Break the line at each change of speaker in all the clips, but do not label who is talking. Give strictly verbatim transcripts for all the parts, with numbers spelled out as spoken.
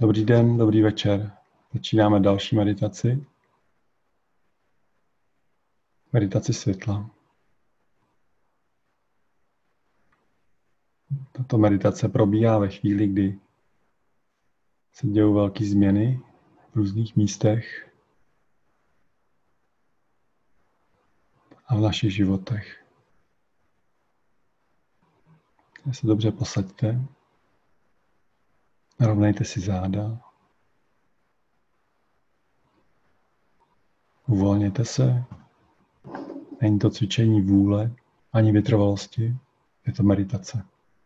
Dobrý den, dobrý večer. Začínáme další meditaci. Meditaci světla. Tato meditace probíhá ve chvíli, kdy se dějou velké změny v různých místech a v našich životech. Tak se dobře posaďte. Narovnejte si záda. Uvolněte se. Není to cvičení vůle ani vytrvalosti. Je to meditace.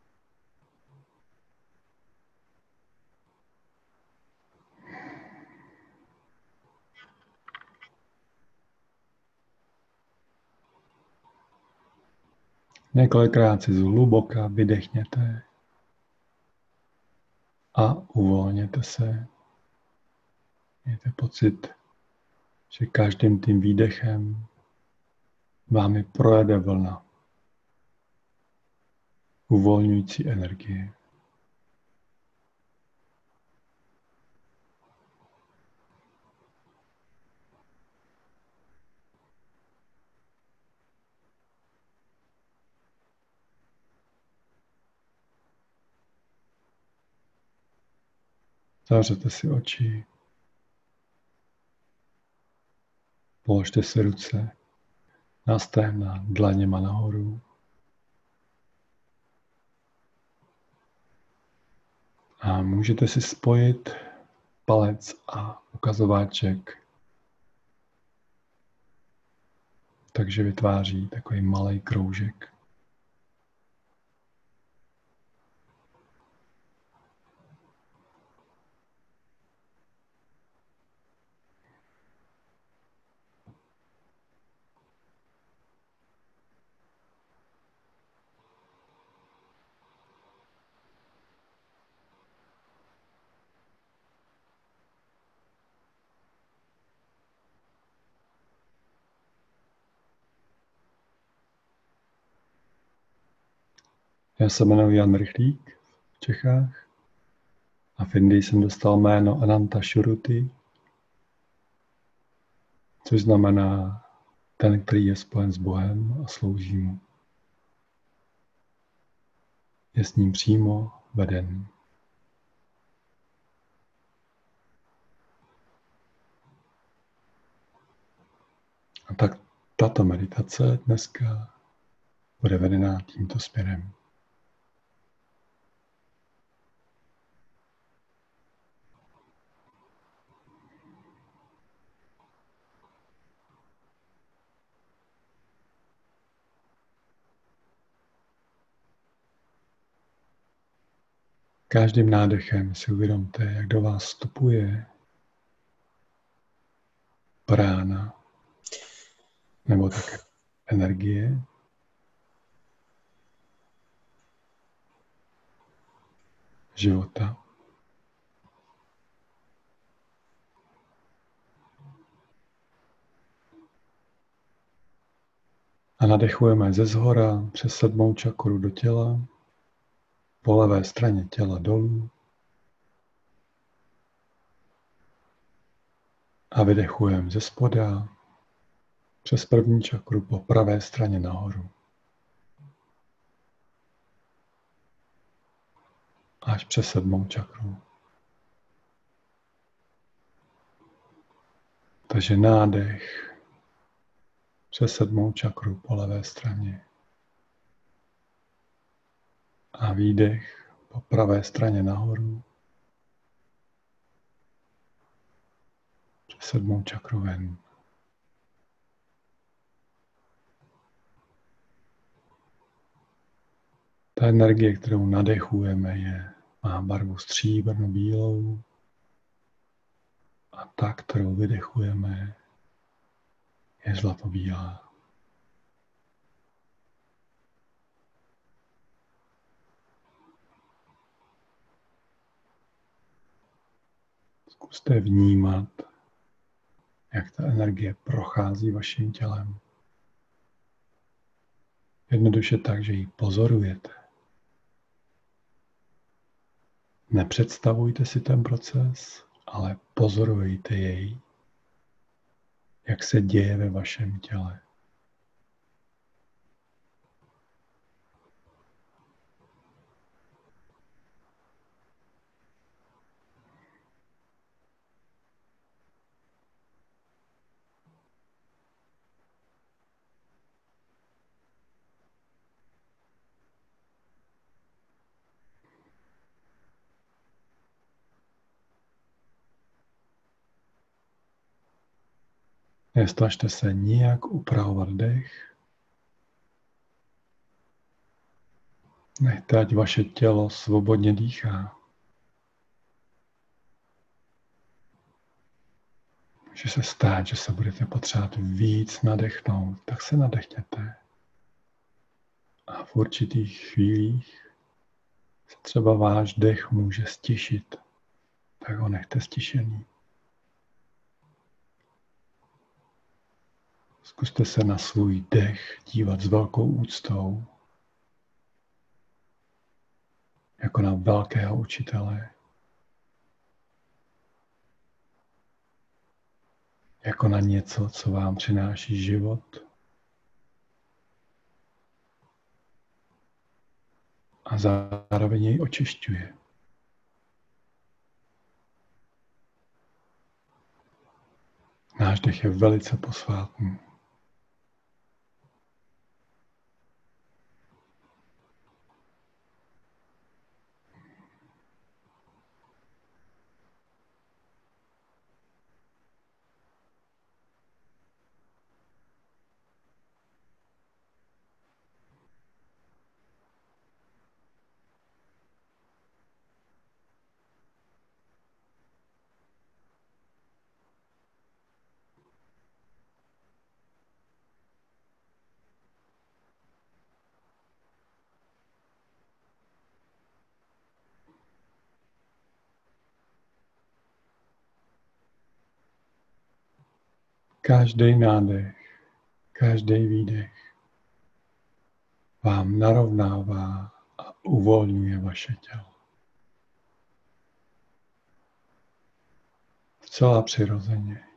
Několikrát si zhluboka vydechněte a uvolněte se. Mějte pocit, že každým tím výdechem vámi projede vlna uvolňující energie. Zavřete si oči. Položte si ruce na stehna, dlaněma nahoru. A můžete si spojit palec a ukazováček, takže vytváří takový malý kroužek. Já se jmenuji Jan Rychlík v Čechách a v Indii jsem dostal jméno Ananta Šuruti, což znamená ten, který je spojen s Bohem a slouží mu. Je s ním přímo veden. A tak tato meditace dneska bude vedená tímto směrem. Každým nádechem si uvědomte, jak do vás vstupuje prána, nebo také energie. Života. A nadechujeme ze zhora přes sedmou čakru do těla, po levé straně těla dolů. A vydechujeme ze spoda přes první čakru po pravé straně nahoru. Až přes sedmou čakru. Takže nádech přes sedmou čakru po levé straně. A výdech po pravé straně nahoru. Přes sedmou čakru ven. Ta energie, kterou nadechujeme, je, má barvu stříbrno-bílou. A ta, kterou vydechujeme, je zlatobílá. Zkuste vnímat, jak ta energie prochází vaším tělem. Jednoduše tak, že ji pozorujete. Nepředstavujte si ten proces, ale pozorujte jej, jak se děje ve vašem těle. Nesnažte se nijak upravovat dech. Nechte, ať vaše tělo svobodně dýchá. Může se stát, že se budete potřebovat víc nadechnout, tak se nadechněte. A v určitých chvílích se třeba váš dech může stišit, tak ho nechte stišený. Zkuste se na svůj dech dívat s velkou úctou, jako na velkého učitele, jako na něco, co vám přináší život a zároveň jej očišťuje. Náš dech je velice posvátný. Každý nádech, každý výdech vám narovnává a uvolňuje vaše tělo. Zcela přirozeně.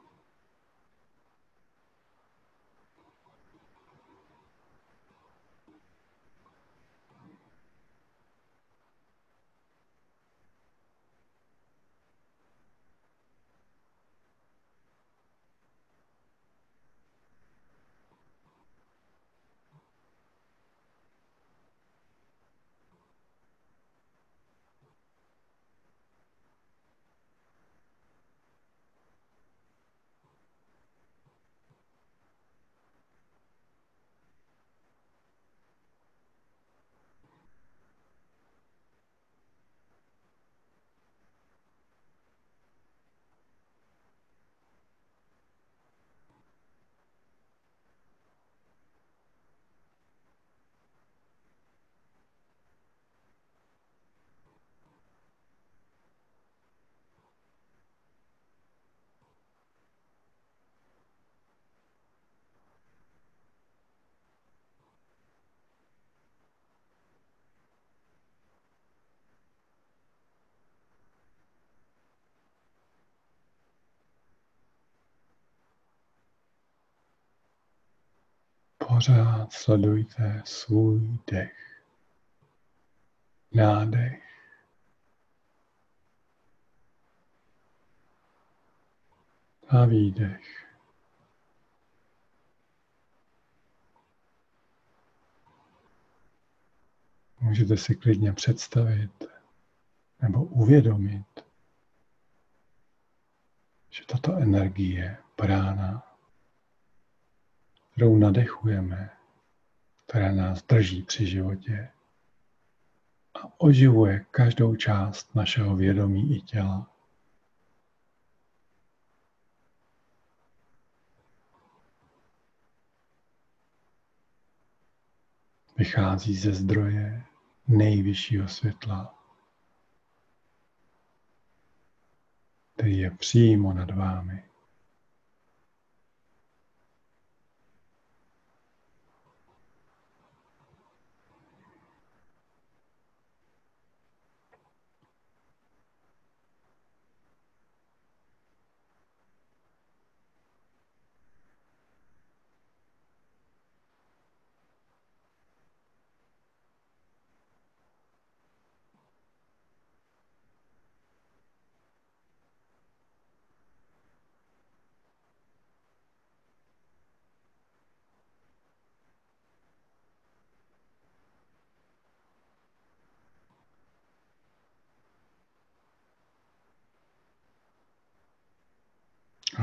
Pořád sledujte svůj dech, nádech a výdech. Můžete si klidně představit nebo uvědomit, že tato energie, prána, kterou nadechujeme, která nás drží při životě a oživuje každou část našeho vědomí i těla, vychází ze zdroje nejvyššího světla, který je přímo nad vámi.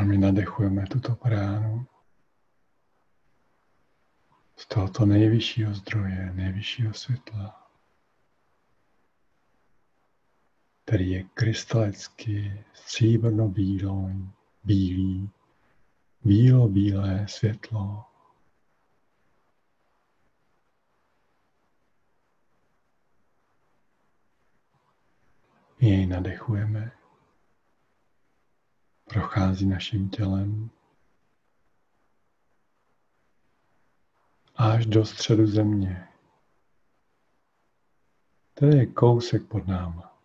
my nadechujeme tuto pránu z tohoto nejvyššího zdroje, nejvyššího světla, který je krystalicky stříbrno-bílý, bílý, bílo-bílé světlo. Jej nadechujeme, prochází naším tělem až do středu země. To je kousek pod náma.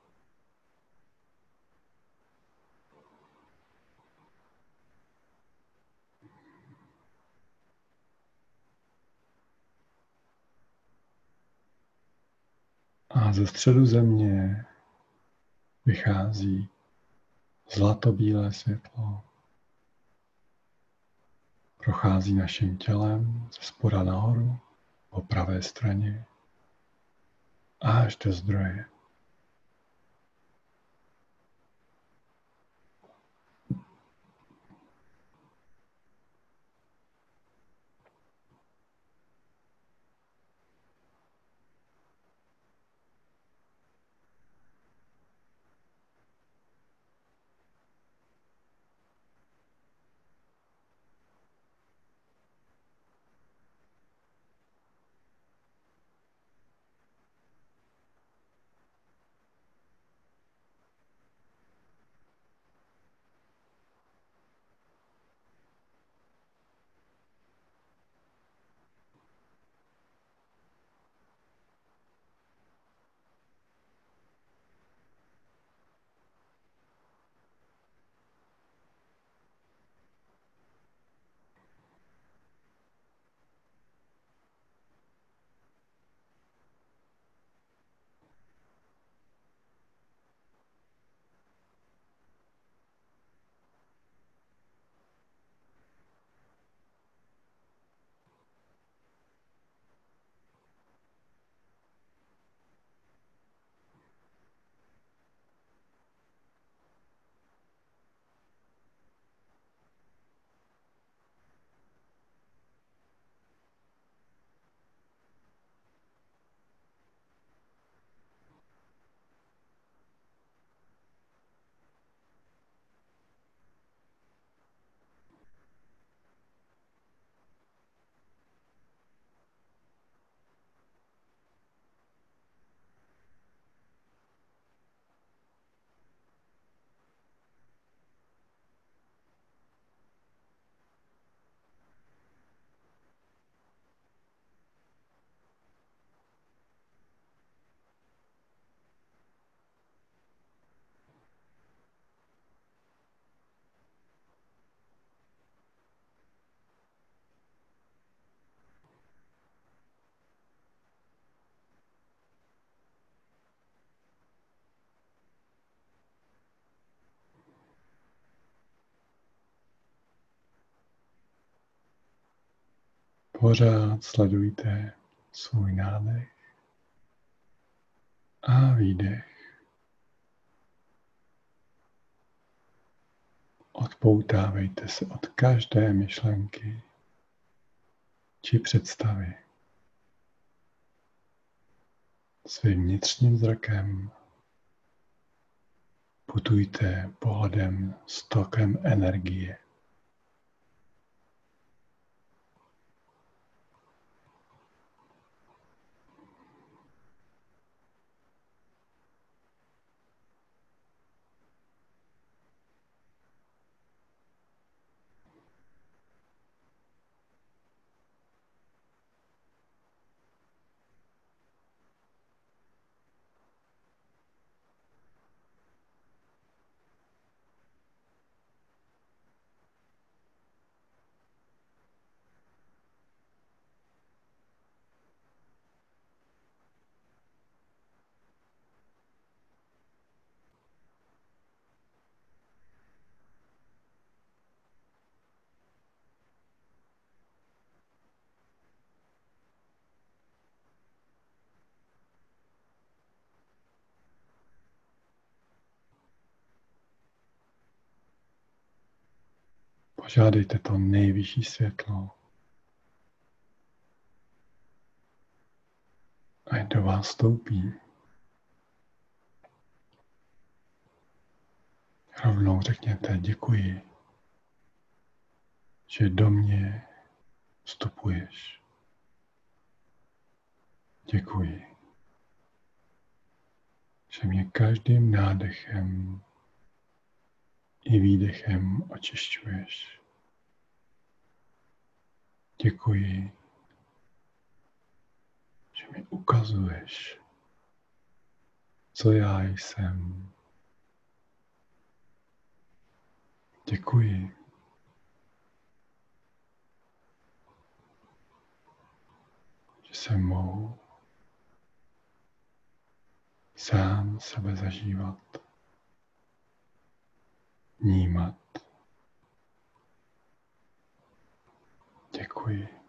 A ze středu země vychází zlatobílé světlo. Prochází naším tělem ze spoda nahoru po pravé straně až do zdroje. Pořád sledujte svůj nádech a výdech. Odpoutávejte se od každé myšlenky či představy. Svým vnitřním zrakem putujte pohledem s tokem energie. Požádejte to nejvyšší světlo, ať do vás vstoupí. Rovnou řekněte děkuji, že do mě vstupuješ. Děkuji, že mě každým nádechem i výdechem očišťuješ. Děkuji, že mi ukazuješ, co já jsem. Děkuji, že se mohu sám sebe zažívat, vnímat. Děkuji.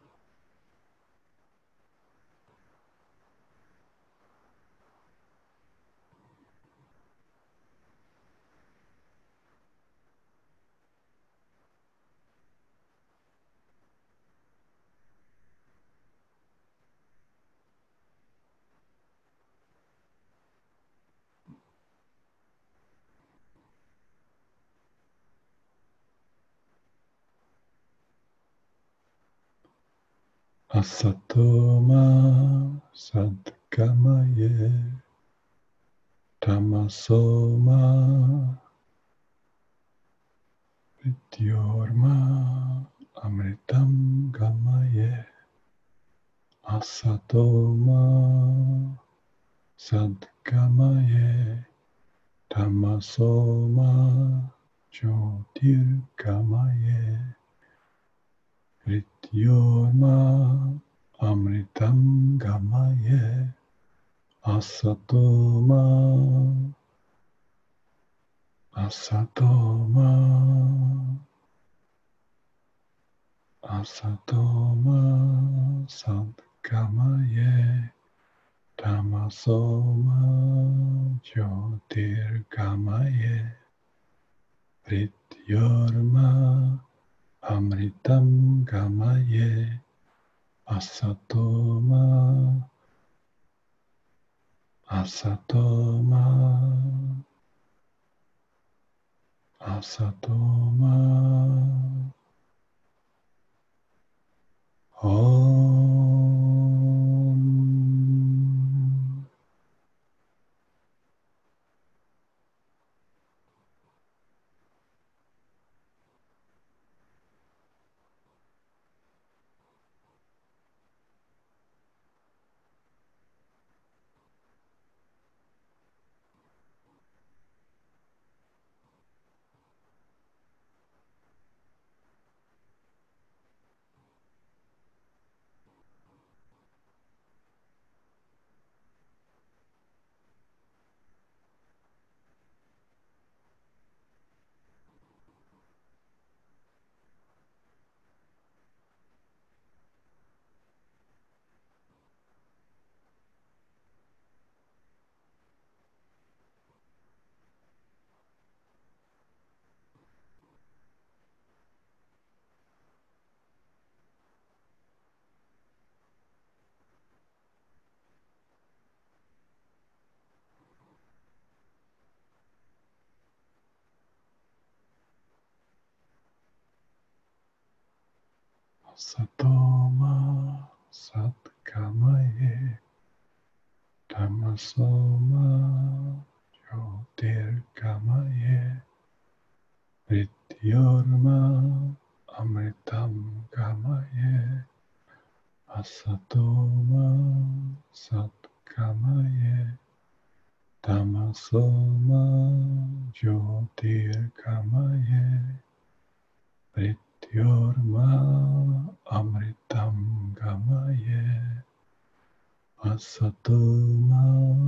Asatoma sadgamaye tamasoma vidyorma amritam gamaye. Asatoma sadgamaye tamasoma jyotirgamaye. Vidyorma amritam gamaye. Asatoma Asatoma Asatoma sadgamaye tamasoma jyotirgamaye. Vidyorma amritam gamaye. Asatoma Asatoma Asatoma Om. Asatoma sadgamaye tamasoma jyotirgamaye. Vidyorma amritam gamaye. Asatoma sadgamaye tamasoma jyotirgamaye. Vidyorma amritam gamaye. Asatoma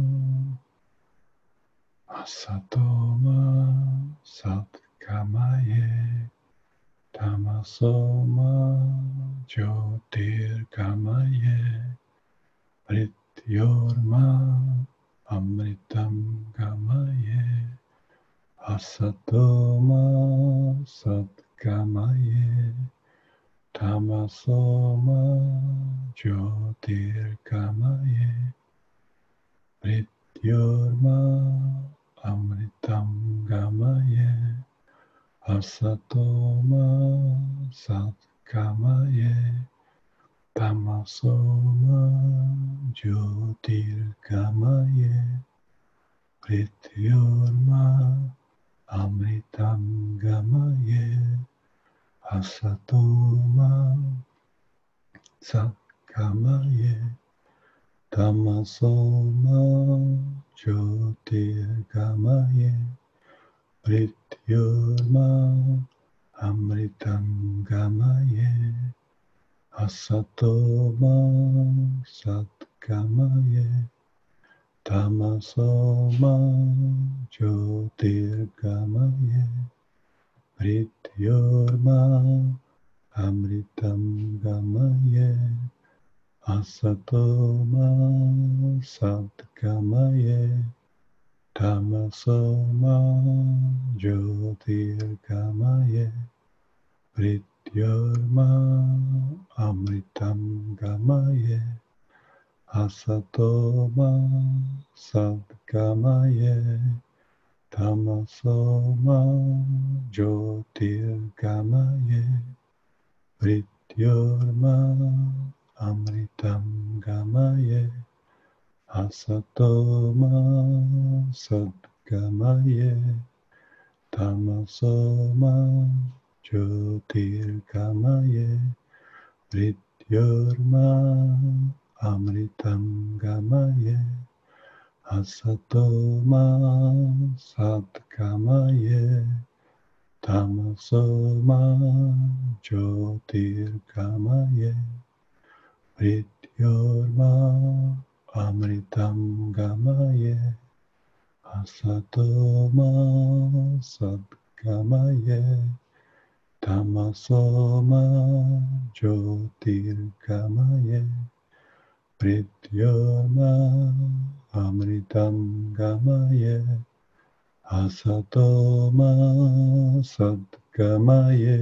Asatoma sadgamaye tamasoma jyotirgamaye. Vidyorma amritam gamaye. Asatoma sadgamaye Jyotirgamaye Tamasoma Jyotirgamaye Mrityorma Amritam Gamaye Asatoma Satgamaye Tamasoma Jyotirgamaye Mrityorma Amritam Gamaye Asatoma Satgamaye Tamasoma Jyotirgamaye Mrityorma Amritam Gamaye Asatoma Satgamaye Tamasoma Jyotirgamaye Mrityorma Amritam Gamaye Asatoma Satgamaye Tamasoma Jyotirgamaye Mrityorma Amritam Gamaye Asatoma Satgamaye Tamasoma Jyotirgamaye Mrityorma Amritam Gamaye Asatoma Satgamaye Tamasoma Jyotirgamaye Mrityorma Amritam Gamaye Asatoma Satgamaye Tamasoma Jyotirgamaye Mrityorma Amritam Gamaye Asatoma Satgamaye Tamasoma Jyotirgamaye Mrityorma Amritam Gamaye Asatoma Satgamaye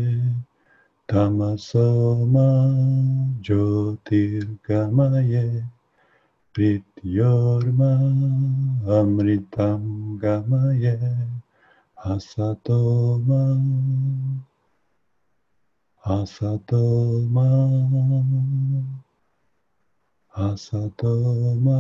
Tamasoma Jyotirgamaye Mrityorma Amritam Gamaye Asatoma Asatoma Asatoma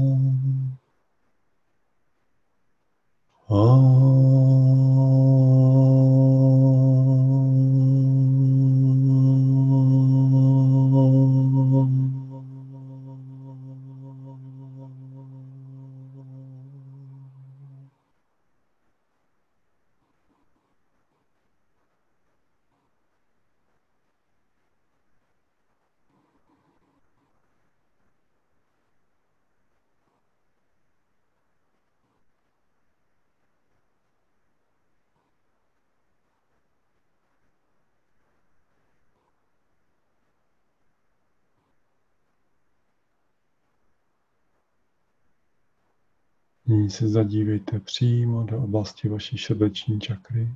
Nyní se zadívejte přímo do oblasti vaší srdeční čakry.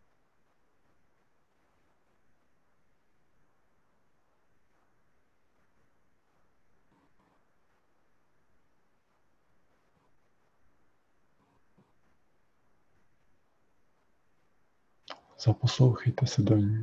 Zaposlouchejte se do ní.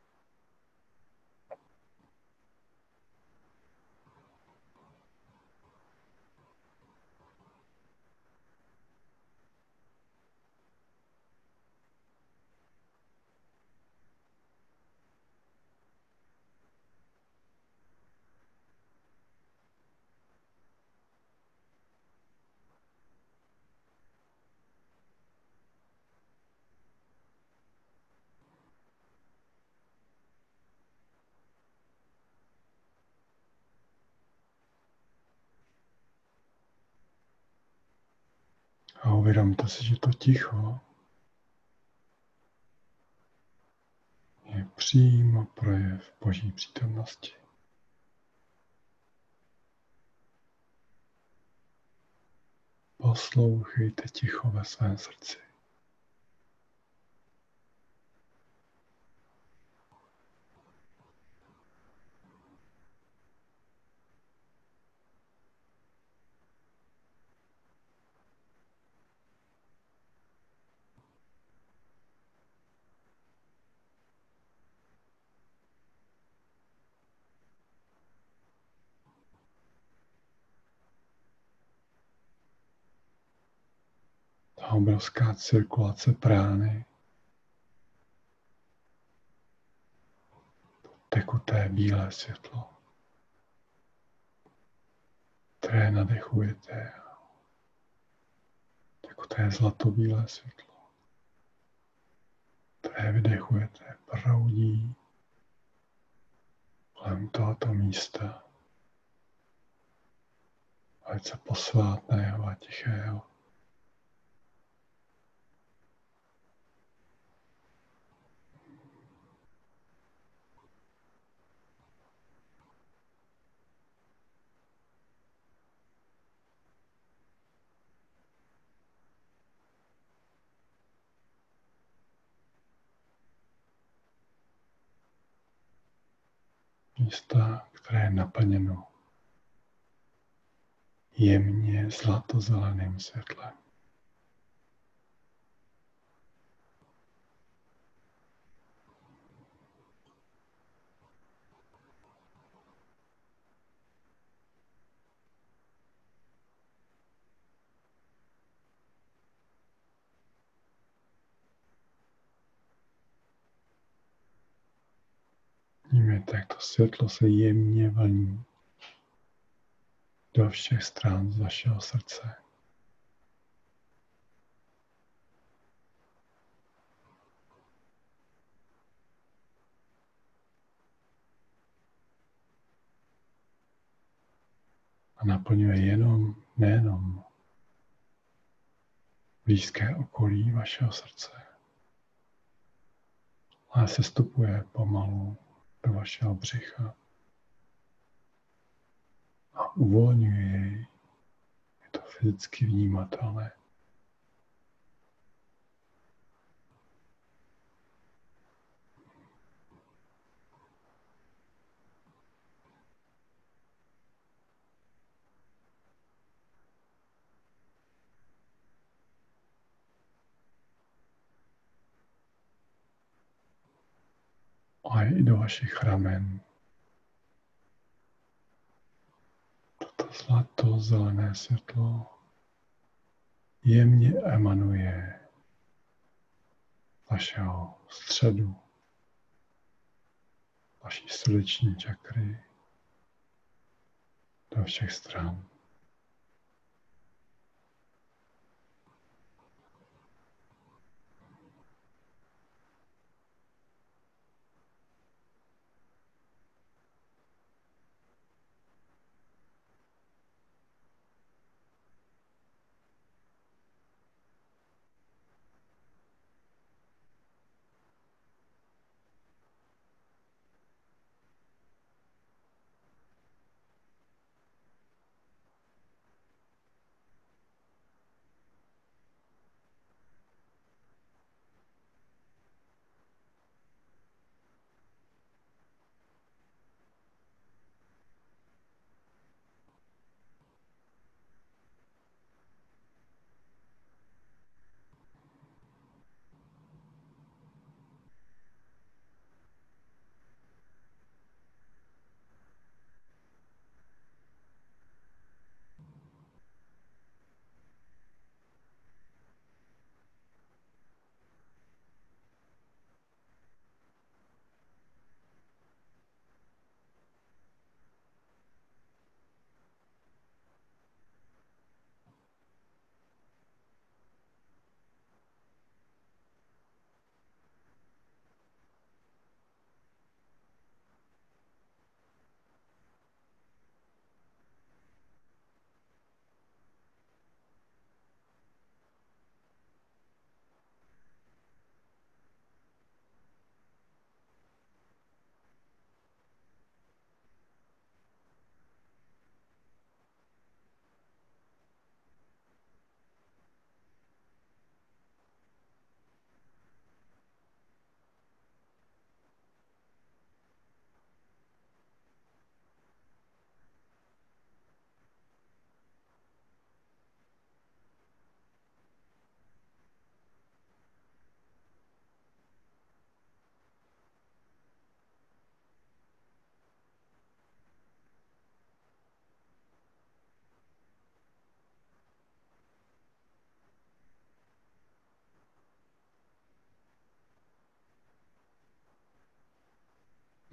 A uvědomte si, že to ticho je přímo projev Boží přítomnosti. Poslouchejte ticho ve svém srdci. a obrovská cirkulace prány. Tekuté bílé světlo, které nadechujete. Tekuté zlatobílé světlo, které vydechujete, proudí kolem tohoto místa. Velice posvátného a tichého. Místa, které je naplněno jemně zlatozeleným světlem. Vnímejte, jak to světlo se jemně vlní do všech stran z vašeho srdce. A naplňuje jenom, nejenom blízké okolí vašeho srdce, ale sestupuje pomalu do vašeho břicha a uvolňuje jej. Je to fyzicky vnímatelné. A i do vašich ramen. Toto zlato-zelené světlo jemně emanuje vašeho středu, vaší srdeční čakry do všech stran.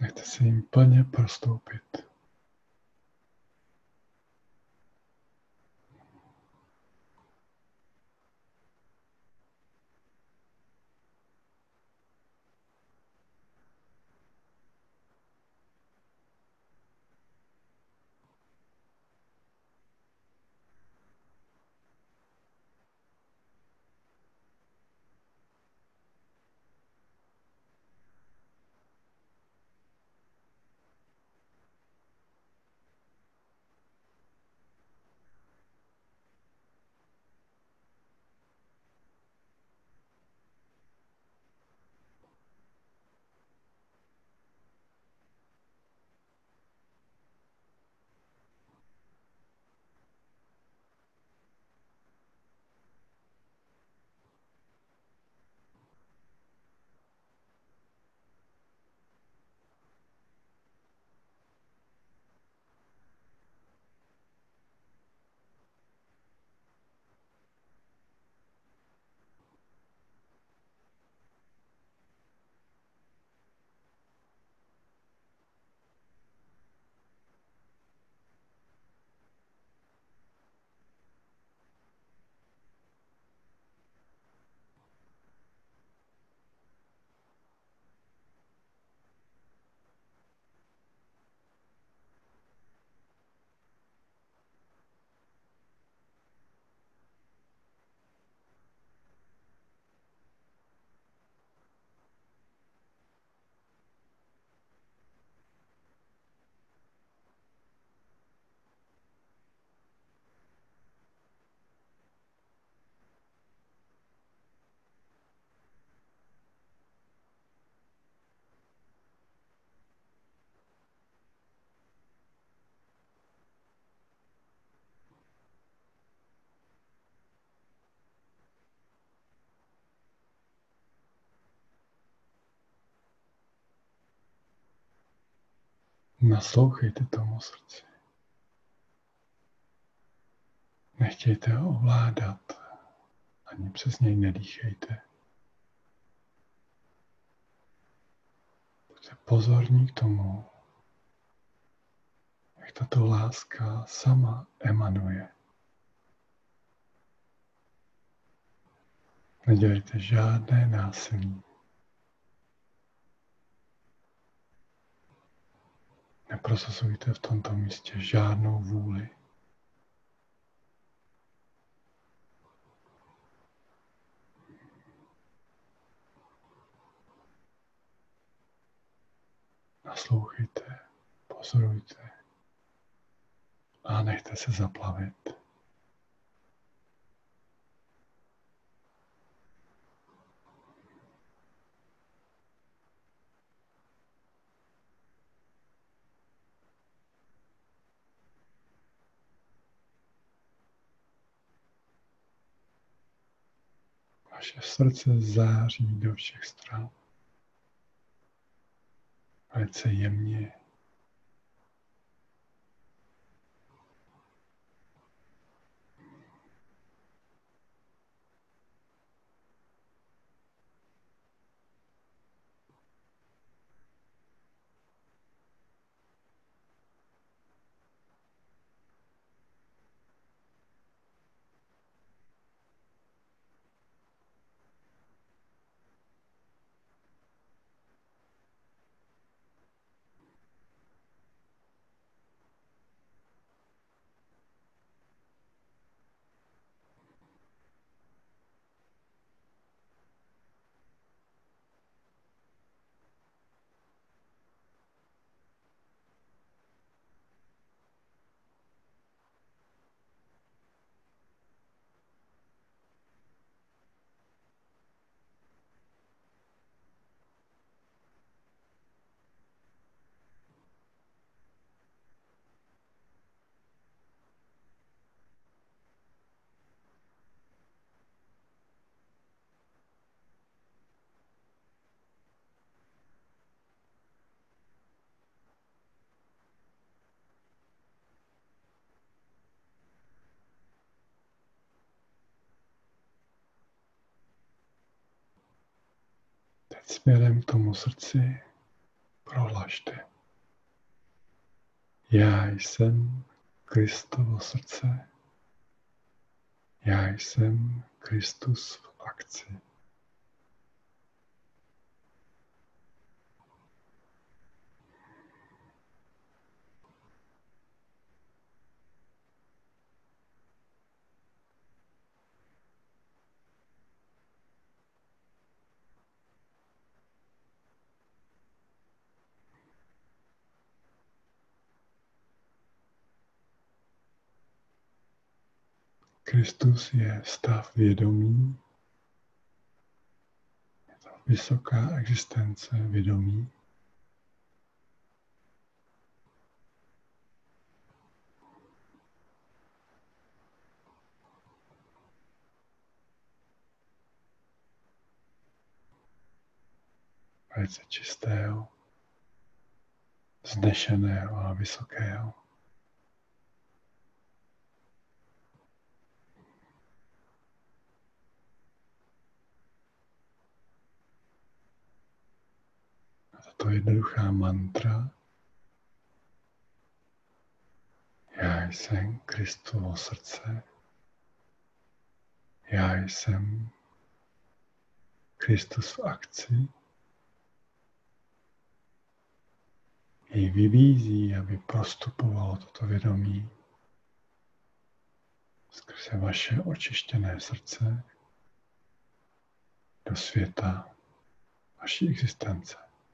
Nechte si jim plně prostoupit. Naslouchejte tomu srdci. Nechtějte ho ovládat, ani přes něj nedýchejte. Buďte pozorní k tomu, jak tato láska sama emanuje. Nedělejte žádné násilí. Neprosazujte v tomto místě žádnou vůli. Naslouchejte, pozorujte a nechte se zaplavit. Vaše srdce září do všech stran. Velice jemně. Teď směrem k tomu srdci Prohlašte. Já jsem Kristovo srdce. Já jsem Kristus v akci. Kristus je stav vědomí, je to vysoká existence vědomí. Velice čistého, vznešeného a vysokého. A tato jednoduchá mantra Já jsem Kristovo srdce. Já jsem Kristus v akci. Ji vybízí, aby prostupovalo toto vědomí skrze vaše očištěné srdce do světa vaší existence.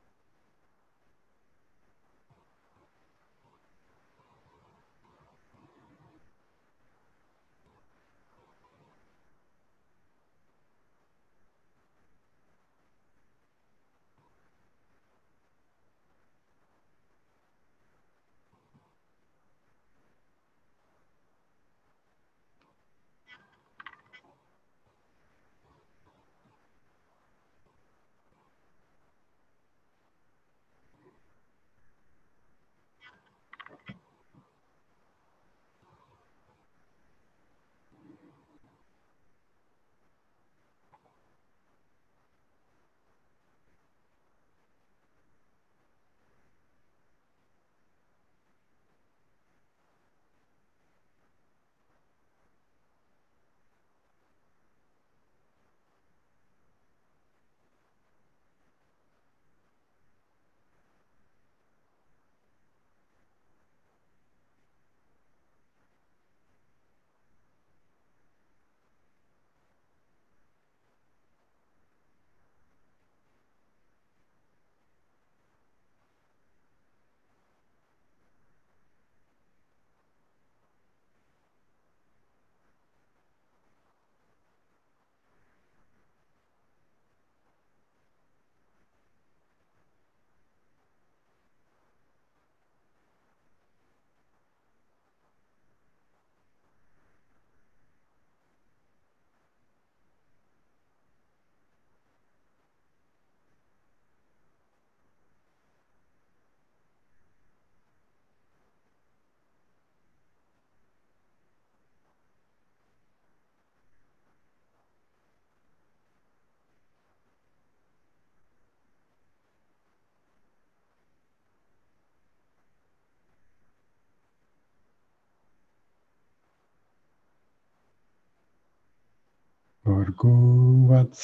Bhurguvat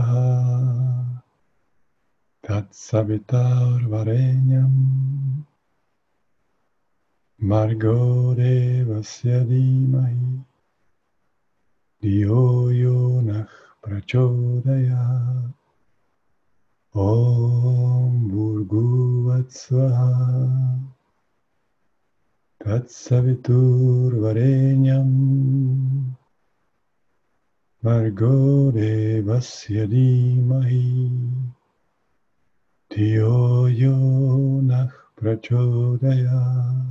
svaha tatsavitar varenyam Margo devasya dhimahi Dhiyo yonah prachodayat Om Bhurguvat svaha tatsavitur varenyam Margo devasya dhimahi Dhiyo yonah prachodayat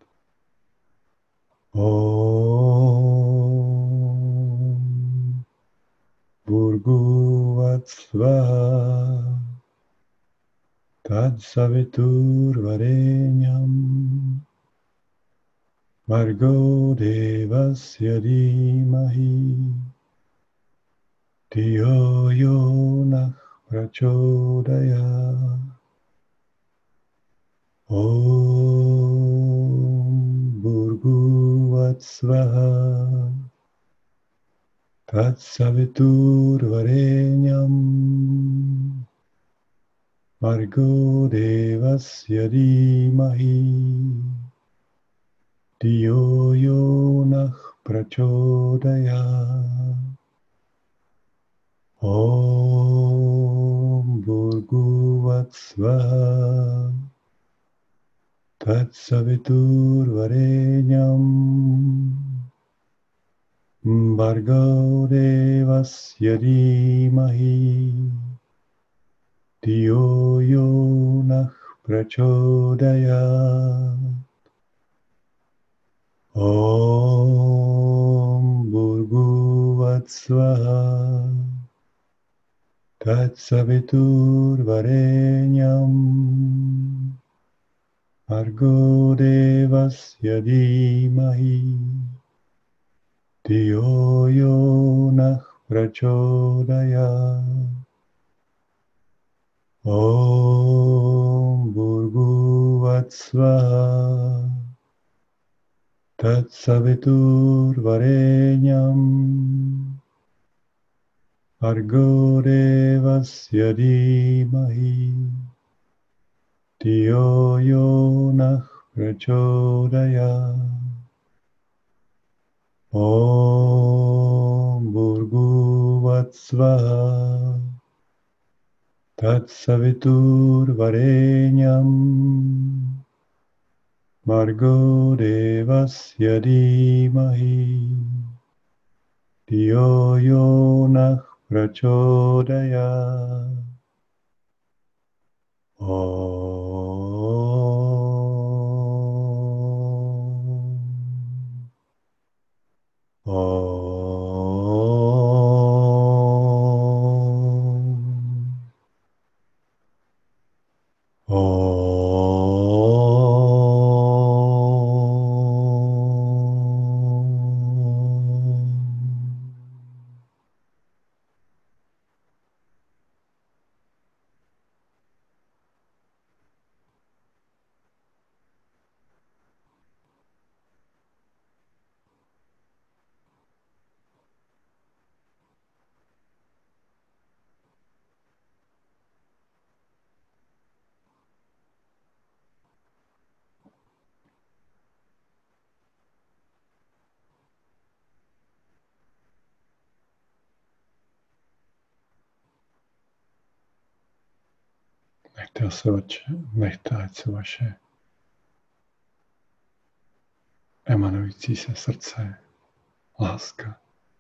Om Bhurguvat svaha Tatsavitur varenyam Margo devasya dhimahi Dhiyo yonah prachodayat Om Bhurguvat Svaha Tat Saviturvarenyam Bhargo Devasya Dhimahi Dhiyo Yonah Prachodayat. Om Bhurguvat Svaha Tat Saviturvarenyam Bhargo Devasya Dhimahi Dhiyo Yonah Prachodayat. Om Bhurguvat Svaha Tat Saviturvarenyam Bhargo Devasya Dhimahi Dhiyo Yonah Prachodayat. Om Bhurguvat Svaha Tat Saviturvarenyam Bhargo Devasya Dhimahi Dhiyo Yonah Prachodayat. Om Bhurguvat Svaha Tat Saviturvarenyam Bhargo Devasya Dhimahi Dhiyo Yonah Prachodayat. Om. Om. Nechte se vaše, nechte, ať se vaše emanující se srdce, láska,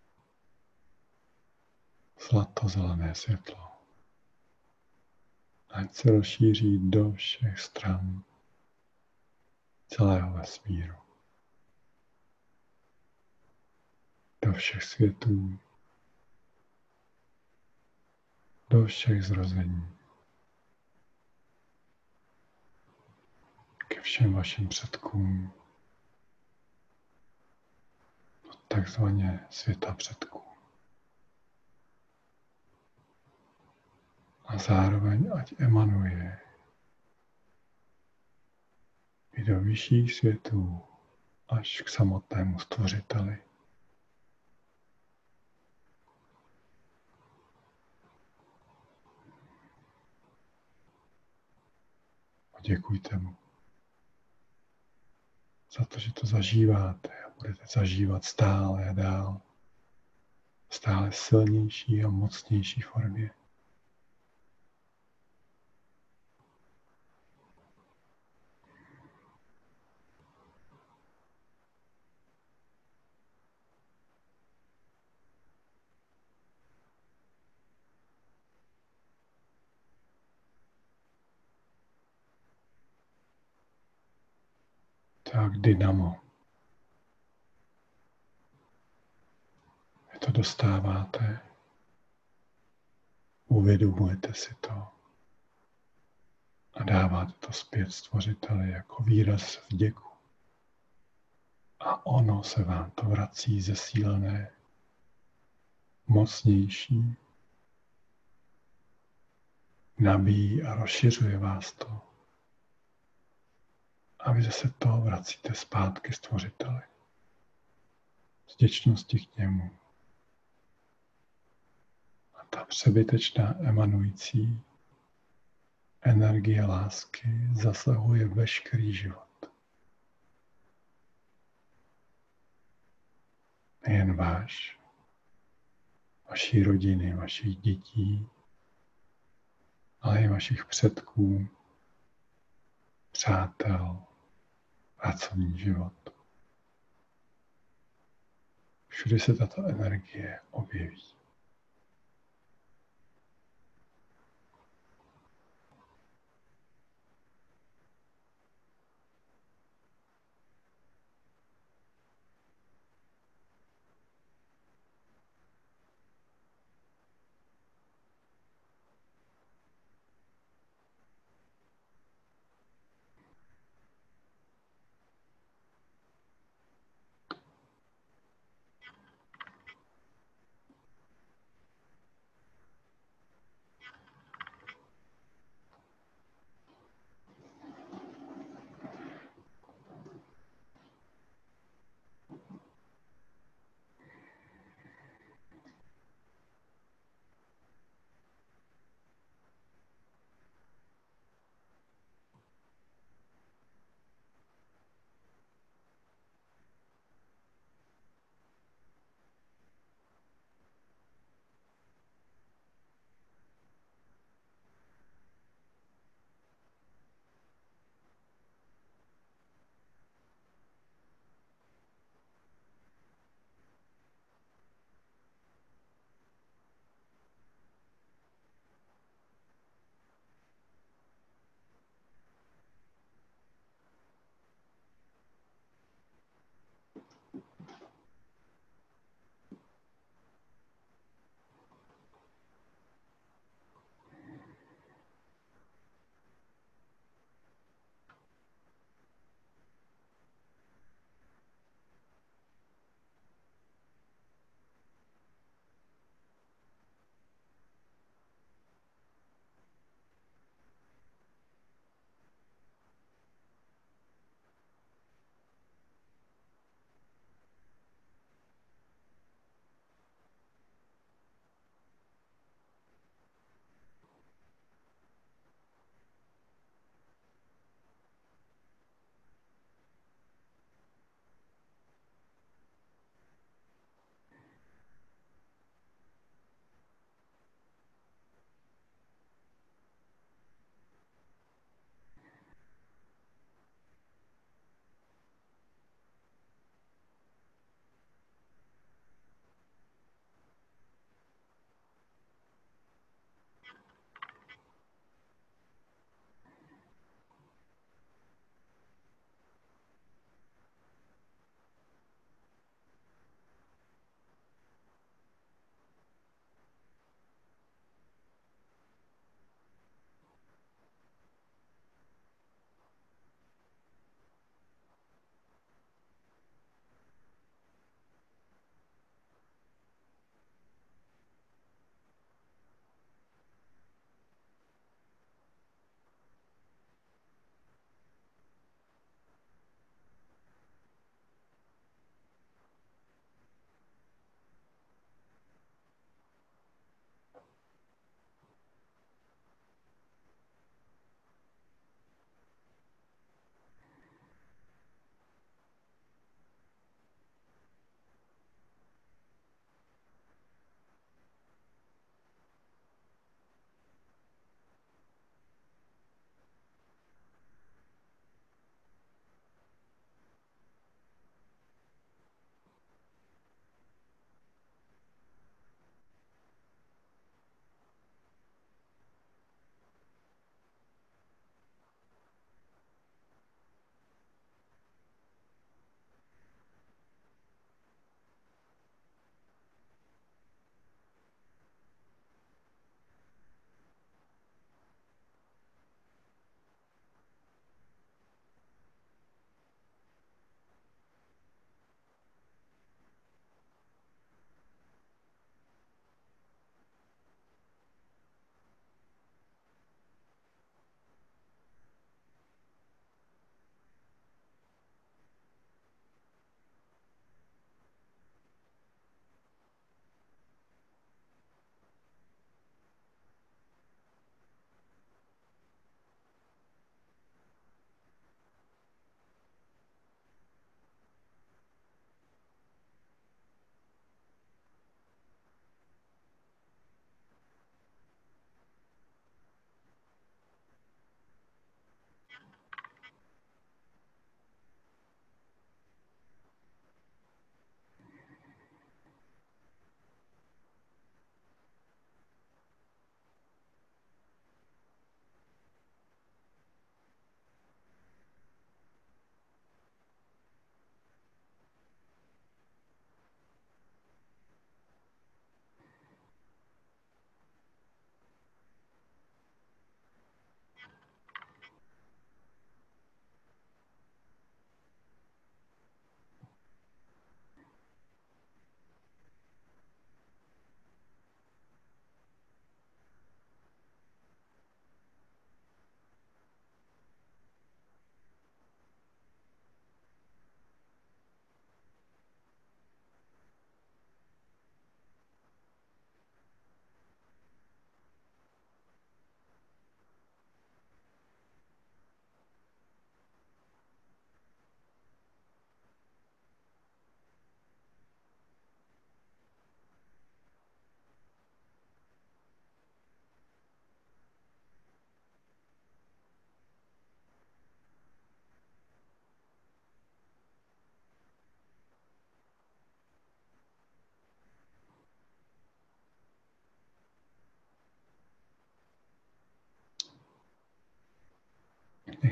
zlatozelené světlo, ať se rozšíří do všech stran celého vesmíru, do všech světů, do všech zrození, ke všem vašim předkům, takzvaně světa předků. A zároveň ať emanuje i do vyšších světů až k samotnému Stvořiteli. Poděkujte mu za to, že to zažíváte a budete zažívat stále a dál, stále silnější a mocnější formě. Tak dynamo. Vy to dostáváte, uvědomujete si to a dáváte to zpět Stvořiteli jako výraz vděku. A ono se vám to vrací zesílené, mocnější, nabíjí a rozšiřuje vás to. A vy zase to vracíte zpátky Stvořiteli. Z vděčnosti k němu. A ta přebytečná emanující energie lásky zasahuje veškerý život. Nejen váš, vaší rodiny, vašich dětí, ale i vašich předků, přátel, pracovní život. Všude se tato energie objeví.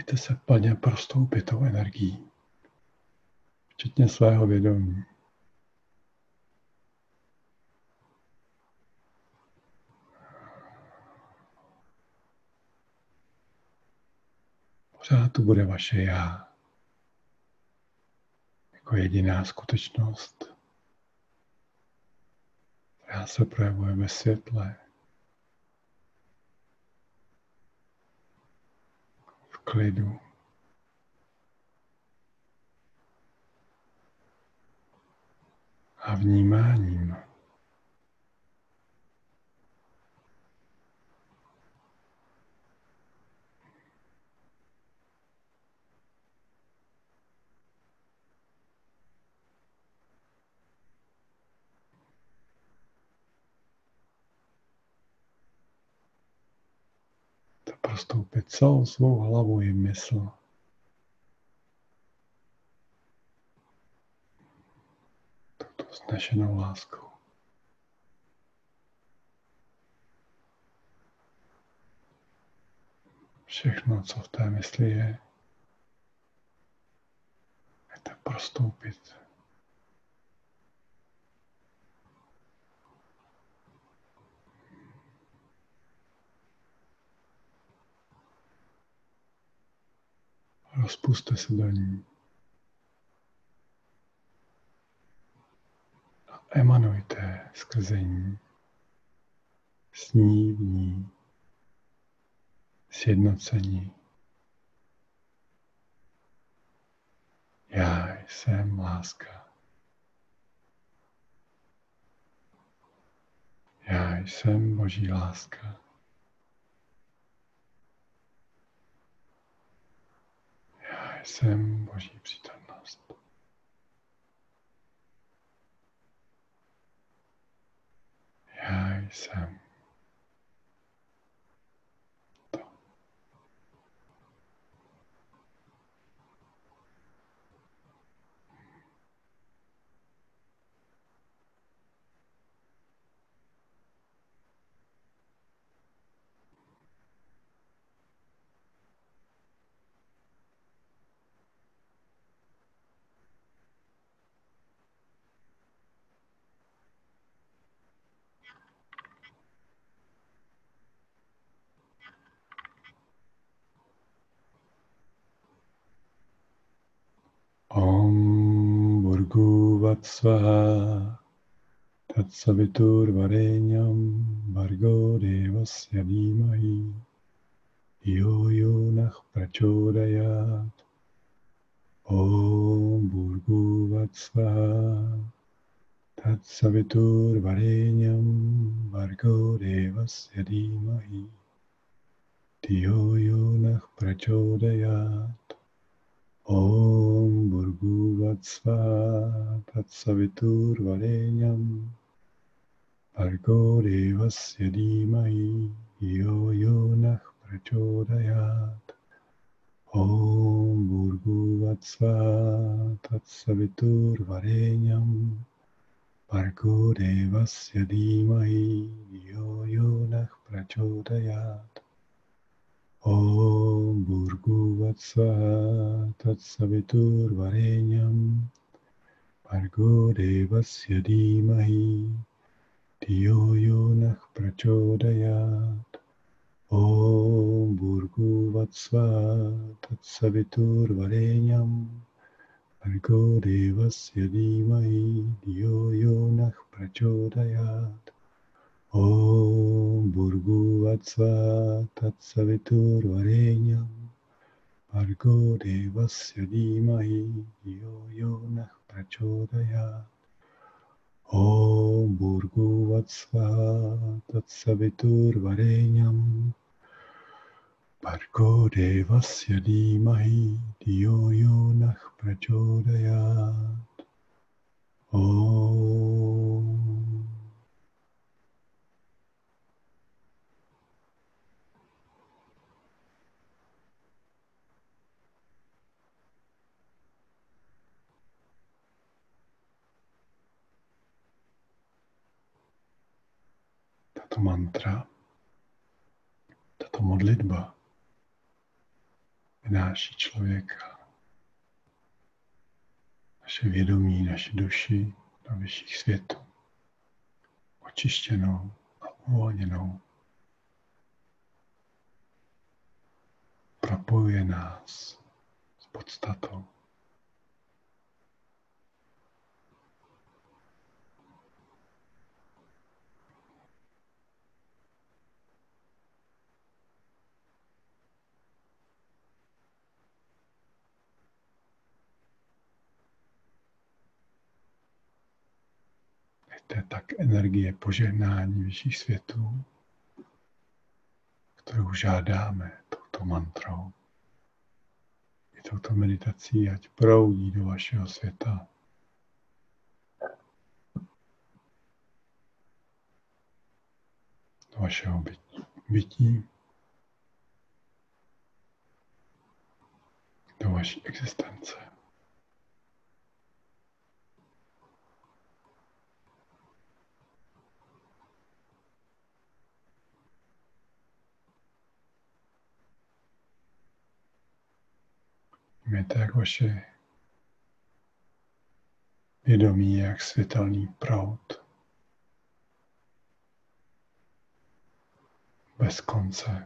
Nechte se plně prostoupit tou energií, včetně svého vědomí. Pořád tu bude vaše já jako jediná skutečnost, která se projevuje ve světle, v klidu. A vnímáním. To prostoupit celou svou hlavu i mysl. Touto vznešenou láskou. Všechno, co v té mysli je, nechte prostoupit. Rozpuste se do ní. A emanujte skrze ní. S ní v ní. Sjednocení. Já jsem láska. Já jsem Boží láska. Já jsem Boží přítomnost. Já jsem to. Om Burgu Svaha Tatsavitur Varenyam Bhargo Devasya Dhimahi Yo Yo Nach Prachodayat. Om Burgu Svaha Tatsavitur Varenyam Bhargo Devasya Dhimahi Yo Yo Nach Prachodayat. Om Burgu Svaha Tatsavitur Varenyam Bhargo Devasya Dhimahi Yo Yo Nach Prachodayat. Om Burgu Svaha Tatsavitur Varenyam Bhargo Devasya Dhimahi Yo Yo Nach Prachodayat. Om Burgu Svaha Tatsavitur Varenyam Bhargo Devasya Dhimahi Yo Yo Nach Prachodayat. Om Burgu Svaha Tatsavitur Varenyam Bhargo Devasya Dhimahi Yo Yo Nach Prachodayat. Om Burgu Svaha Tatsavitur Varenyam Bhargo Devasya Dhimahi Yo Yo Nach Prachodayat. Om Burgu Svaha Tatsavitur Varenyam Bhargo Devasya Dhimahi Yo Yo Nach Prachodayat. Om. Tato mantra, tato modlitba vynáší člověka, naše vědomí, naši duši do vyšších světů, očištěnou a uvolněnou. Propojuje nás s podstatou. To je tak energie požehnání vyšších světů, kterou žádáme touto mantrou i touto meditací, ať proudí do vašeho světa. Do vašeho bytí, bytí do vaší existence. Mějte jak vaše vědomí, jak světelný proud. Bez konce.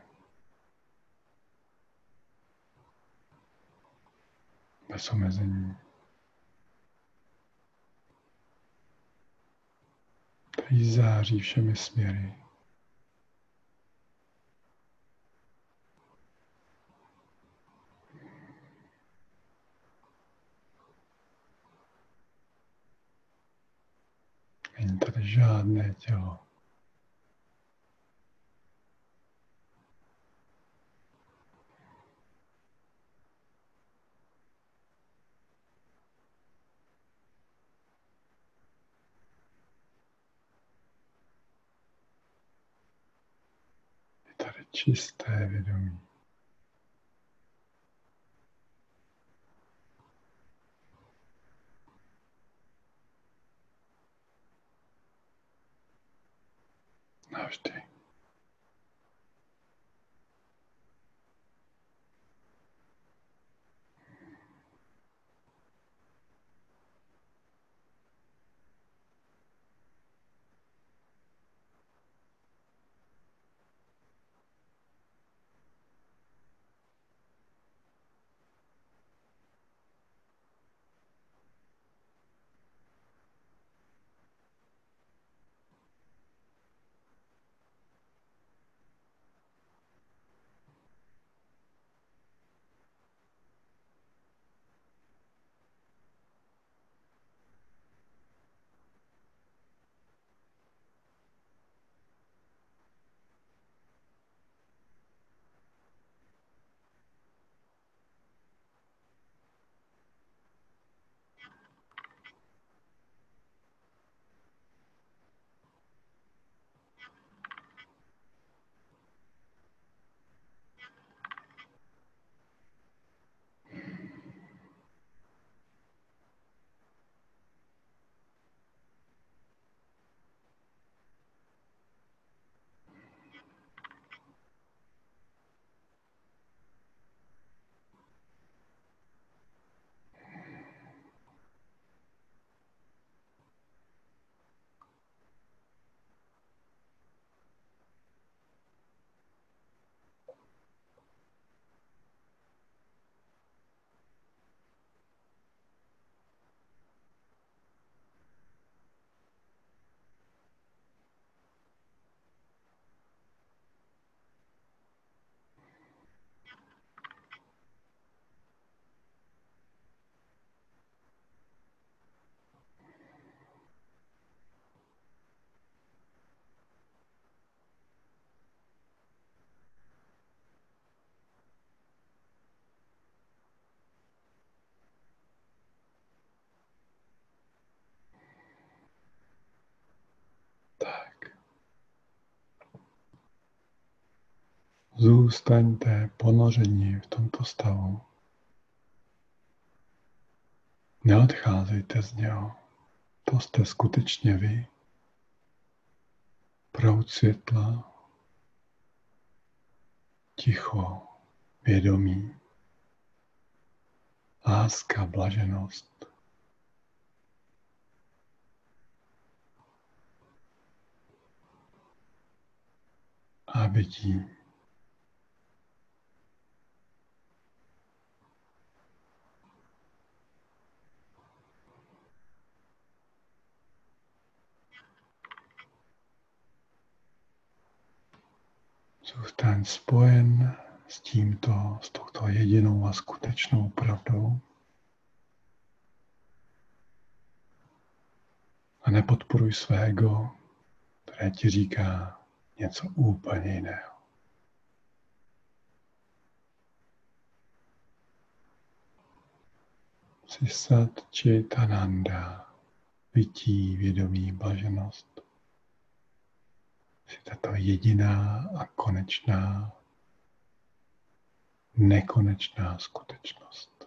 Bez omezení. Který září všemi směry. Není tady žádné tělo. Je tady čisté vědomí. Navždy. Tak. Zůstaňte ponoření v tomto stavu. Neodcházejte z něho. To jste skutečně vy. Proud světla, ticho, vědomí, láska, blaženost. A bytí. Zůstaň spojen s tímto, s touto jedinou a skutečnou pravdou. A nepodporuj své ego, které ti říká něco úplně jiného. Sat Chitananda, bytí, vědomí, blaženost. Jsi tato jediná a konečná, nekonečná skutečnost.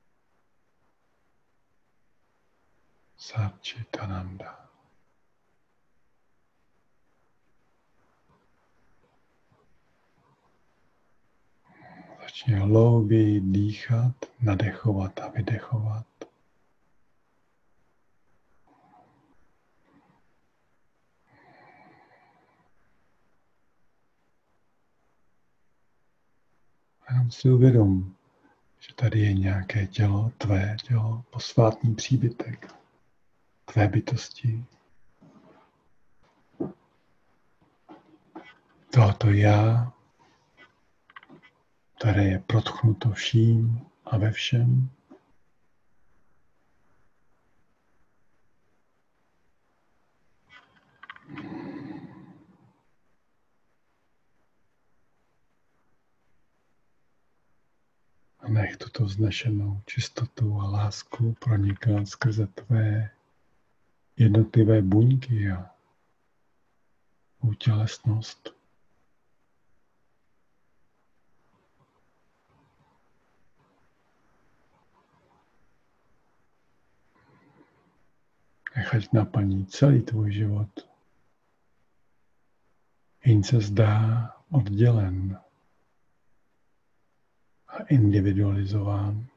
Sat Chitananda. Začni hlouběji dýchat, nadechovat a vydechovat. A jenom si uvědom, že tady je nějaké tělo, tvé tělo, posvátný příbytek, tvé bytosti. Tohoto já, které je protchnuto vším a ve všem. A nech tuto vznešenou čistotu a lásku pronikat skrze tvé jednotlivé buňky a útělesnost. Nechať naplní celý tvůj život. Jen se zdá oddělen a individualizován.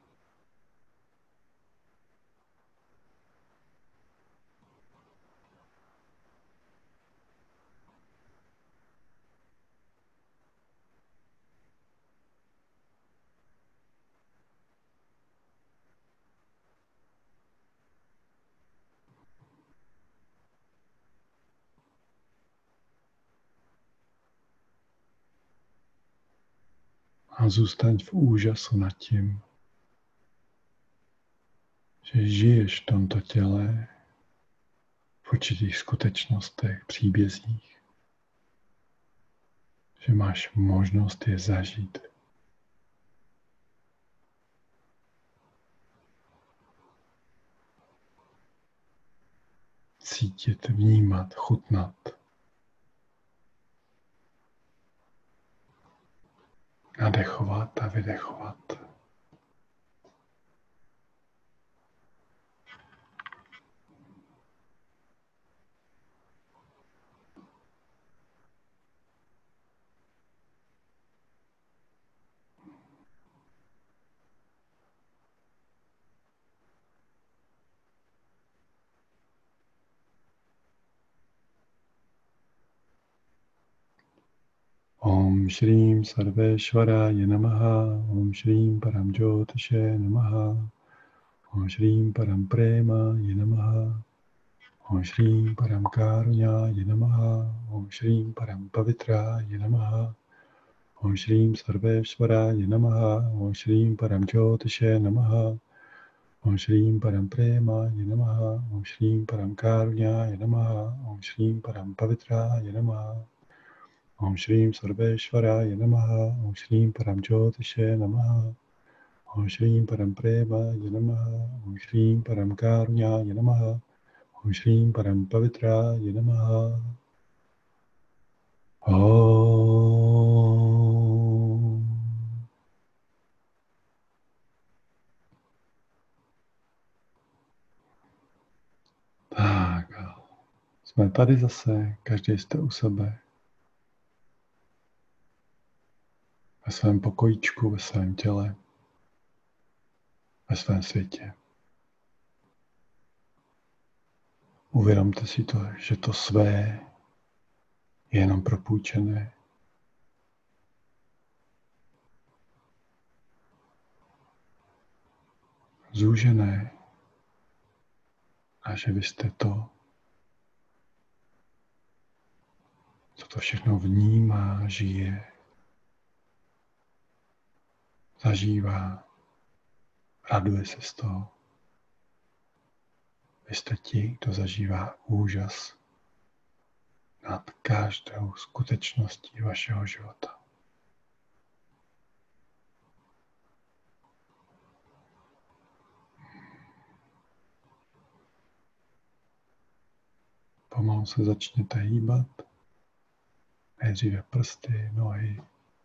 A zůstaň v úžasu nad tím, že žiješ v tomto těle v určitých skutečnostech, příbězích, že máš možnost je zažít. Cítit, vnímat, chutnat. Nadechovat a vydechovat. Om Shrim Sarveshwaraya Namaha, Om Shrim Param Jyotishe Namaha, Om Shrim Param Premaya Namaha, Om Shrim Param Karunyaya Namaha, Om Shrim Param Pavitraya Namaha, Om Shrim Sarveshwaraya Namaha, Om Shrim Param Jyotishe Namaha, Om Shrim Param Premaya Namaha, Om Shrim Param Karunyaya Namaha, Om Shrim Param Pavitraya Namaha, Om Shrim Sarveshwaraya Namaha, Om Shrim Param Jyotishe Namaha, Om Shrim Param Premaya Namaha, Om Shrim Param Karunyaya Namaha, Om Shrim Param Pavitraya Namaha. Om. Tak, jsme tady zase, každý jste u sebe. Ve svém pokojíčku, ve svém těle. ve svém světě. Uvědomte si to, že to své je jenom propůjčené. Zúžené. A že vy jste to, co to všechno vnímá, žije, zažívá, raduje se z toho. Vy jste ti, kdo zažívá úžas nad každou skutečností vašeho života. Pomalu se začněte hýbat. Nejdříve prsty, nohy.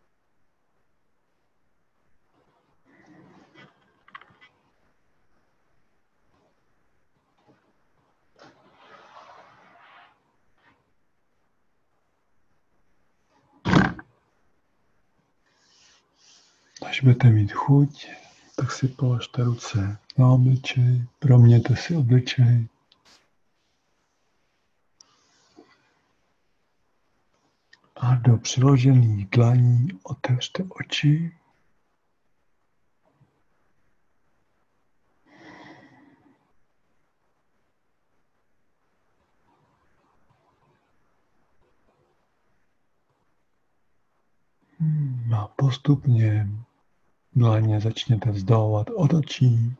Až budete mít chuť, tak si položte ruce na obličej, proměňte si obličej. A do přiložených dlaní otevřte oči. A postupně dlaně začněte vzdalovat od očí,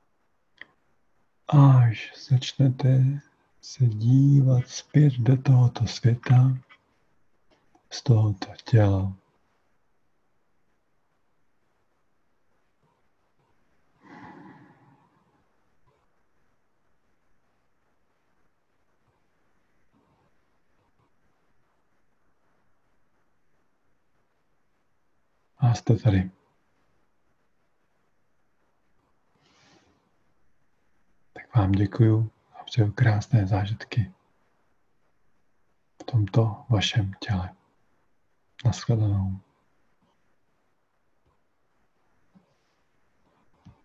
až začnete se dívat zpět do tohoto světa, z tohoto těla. A jste tady. Tak vám děkuju a přeju krásné zážitky v tomto vašem těle. Naschledanou.